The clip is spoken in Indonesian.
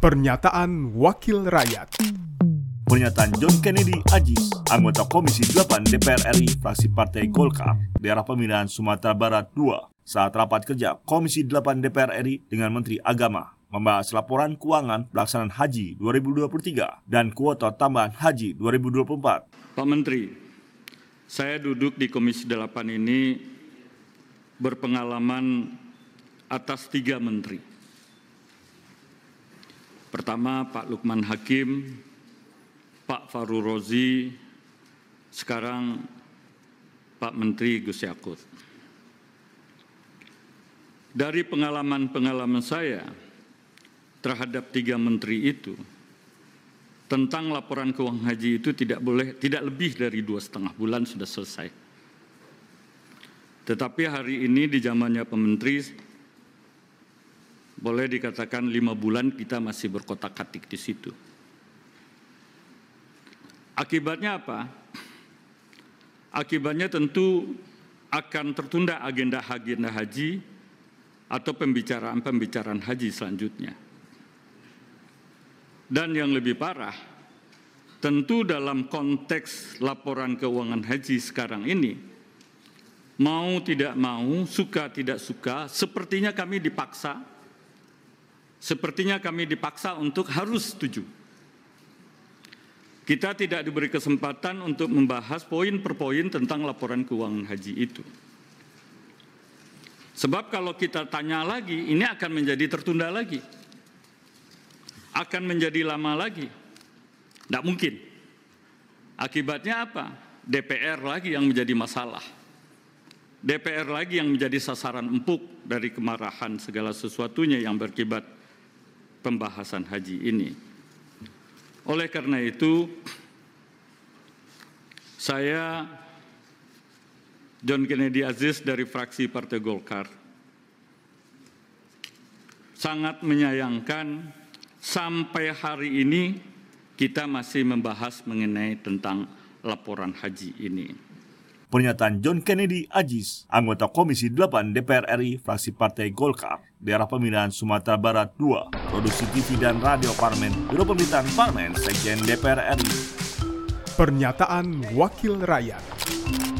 Pernyataan Wakil Rakyat. Pernyataan John Kennedy Ajis, anggota Komisi 8 DPR RI, fraksi Partai Golkar, daerah pemilihan Sumatera Barat II, saat rapat kerja Komisi 8 DPR RI dengan Menteri Agama, membahas laporan keuangan pelaksanaan Haji 2023 dan kuota tambahan Haji 2024. Pak Menteri, saya duduk di Komisi 8 ini berpengalaman atas 3 menteri. Pertama Pak Lukman Hakim, Pak Fahru Rozi, sekarang Pak Menteri Gus Yakut. Dari pengalaman saya terhadap 3 menteri itu, tentang laporan keuangan haji itu tidak lebih dari 2,5 bulan sudah selesai. Tetapi hari ini di zamannya Pak Menteri, boleh dikatakan 5 bulan kita masih berkotak-katik di situ. Akibatnya apa? Akibatnya tentu akan tertunda agenda haji atau pembicaraan haji selanjutnya. Dan yang lebih parah, tentu dalam konteks laporan keuangan haji sekarang ini, mau tidak mau, suka tidak suka, sepertinya kami dipaksa untuk harus setuju. Kita tidak diberi kesempatan untuk membahas poin per poin tentang laporan keuangan haji itu. Sebab kalau kita tanya lagi, ini akan menjadi tertunda lagi. Akan menjadi lama lagi. Tidak mungkin. Akibatnya apa? DPR lagi yang menjadi masalah. DPR lagi yang menjadi sasaran empuk dari kemarahan segala sesuatunya yang berakibat pembahasan haji ini. Oleh karena itu, saya, John Kennedy Ajis dari fraksi Partai Golkar, sangat menyayangkan sampai hari ini kita masih membahas mengenai tentang laporan haji ini. Pernyataan John Kennedy Ajis, anggota Komisi 8 DPR RI, fraksi Partai Golkar, daerah pemilihan Sumatera Barat II, produksi TV dan radio Parlemen, Biro Pemerintahan Parlemen, Sekjen DPR RI. Pernyataan Wakil Rakyat.